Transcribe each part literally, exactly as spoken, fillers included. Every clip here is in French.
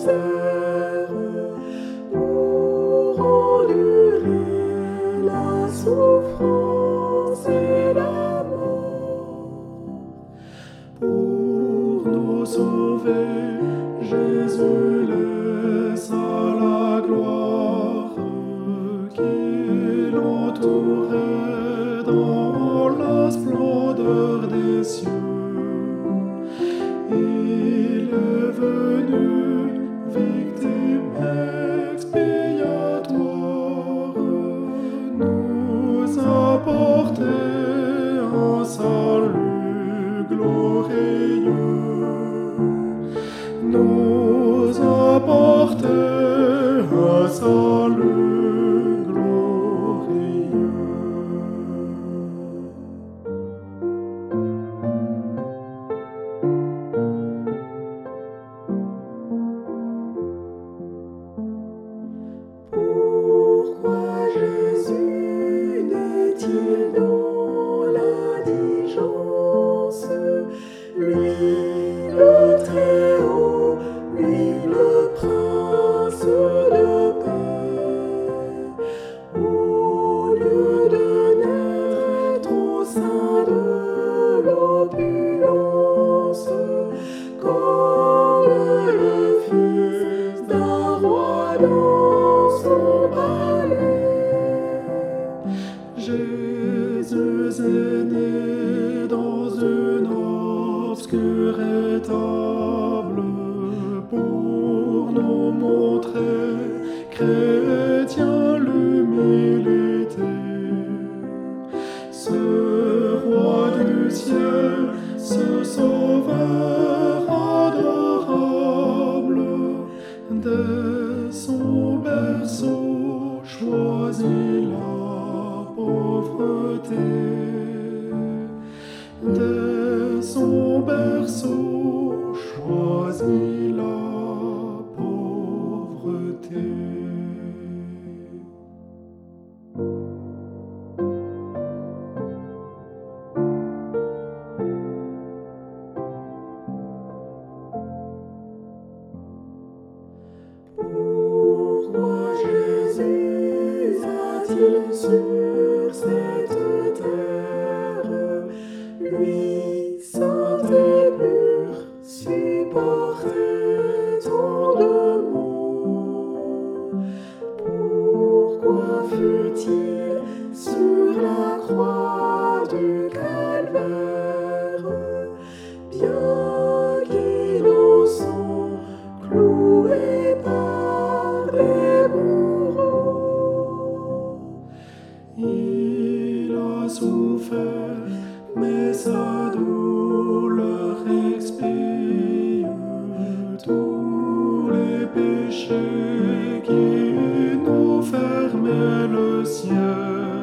misère pour endurer la souffrance et la mort. Pour nous sauver, Jésus laissa la gloire qui l'entourait dans la splendeur des cieux. Il est venu, victime expiatoire, nous apporter un salut glorieux, nous apporter un salut glorieux. Pourquoi Jésus n'est-il dans l'indigence? Lui le Très-Haut, lui le Prince de paix, au lieu de naître au sein de l'opulence, comme le fils d'un roi dans son palais. Jésus est né dans une obscure étable pour nous montrer, chrétiens, l'humilité. Ce roi du ciel, ce sauveur adorable, dès son berceau choisit la pauvreté. Dès son berceau choisit la pauvreté. Pourquoi Jésus a-t-il sur cette terre, lui saint et pur, supporté tant de maux? Pourquoi fut-il sur la croix du calvaire, bien innocent, cloué par des bourreaux? Il a souffert, mais sa douleur expie tous les péchés qui nous fermaient le ciel.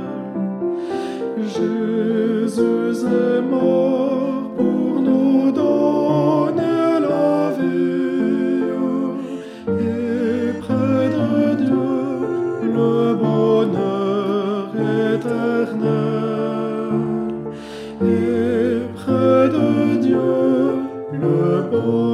Jésus est mort pour nous donner la vie, et près de Dieu le bonheur éternel. Et près de Dieu le bonheur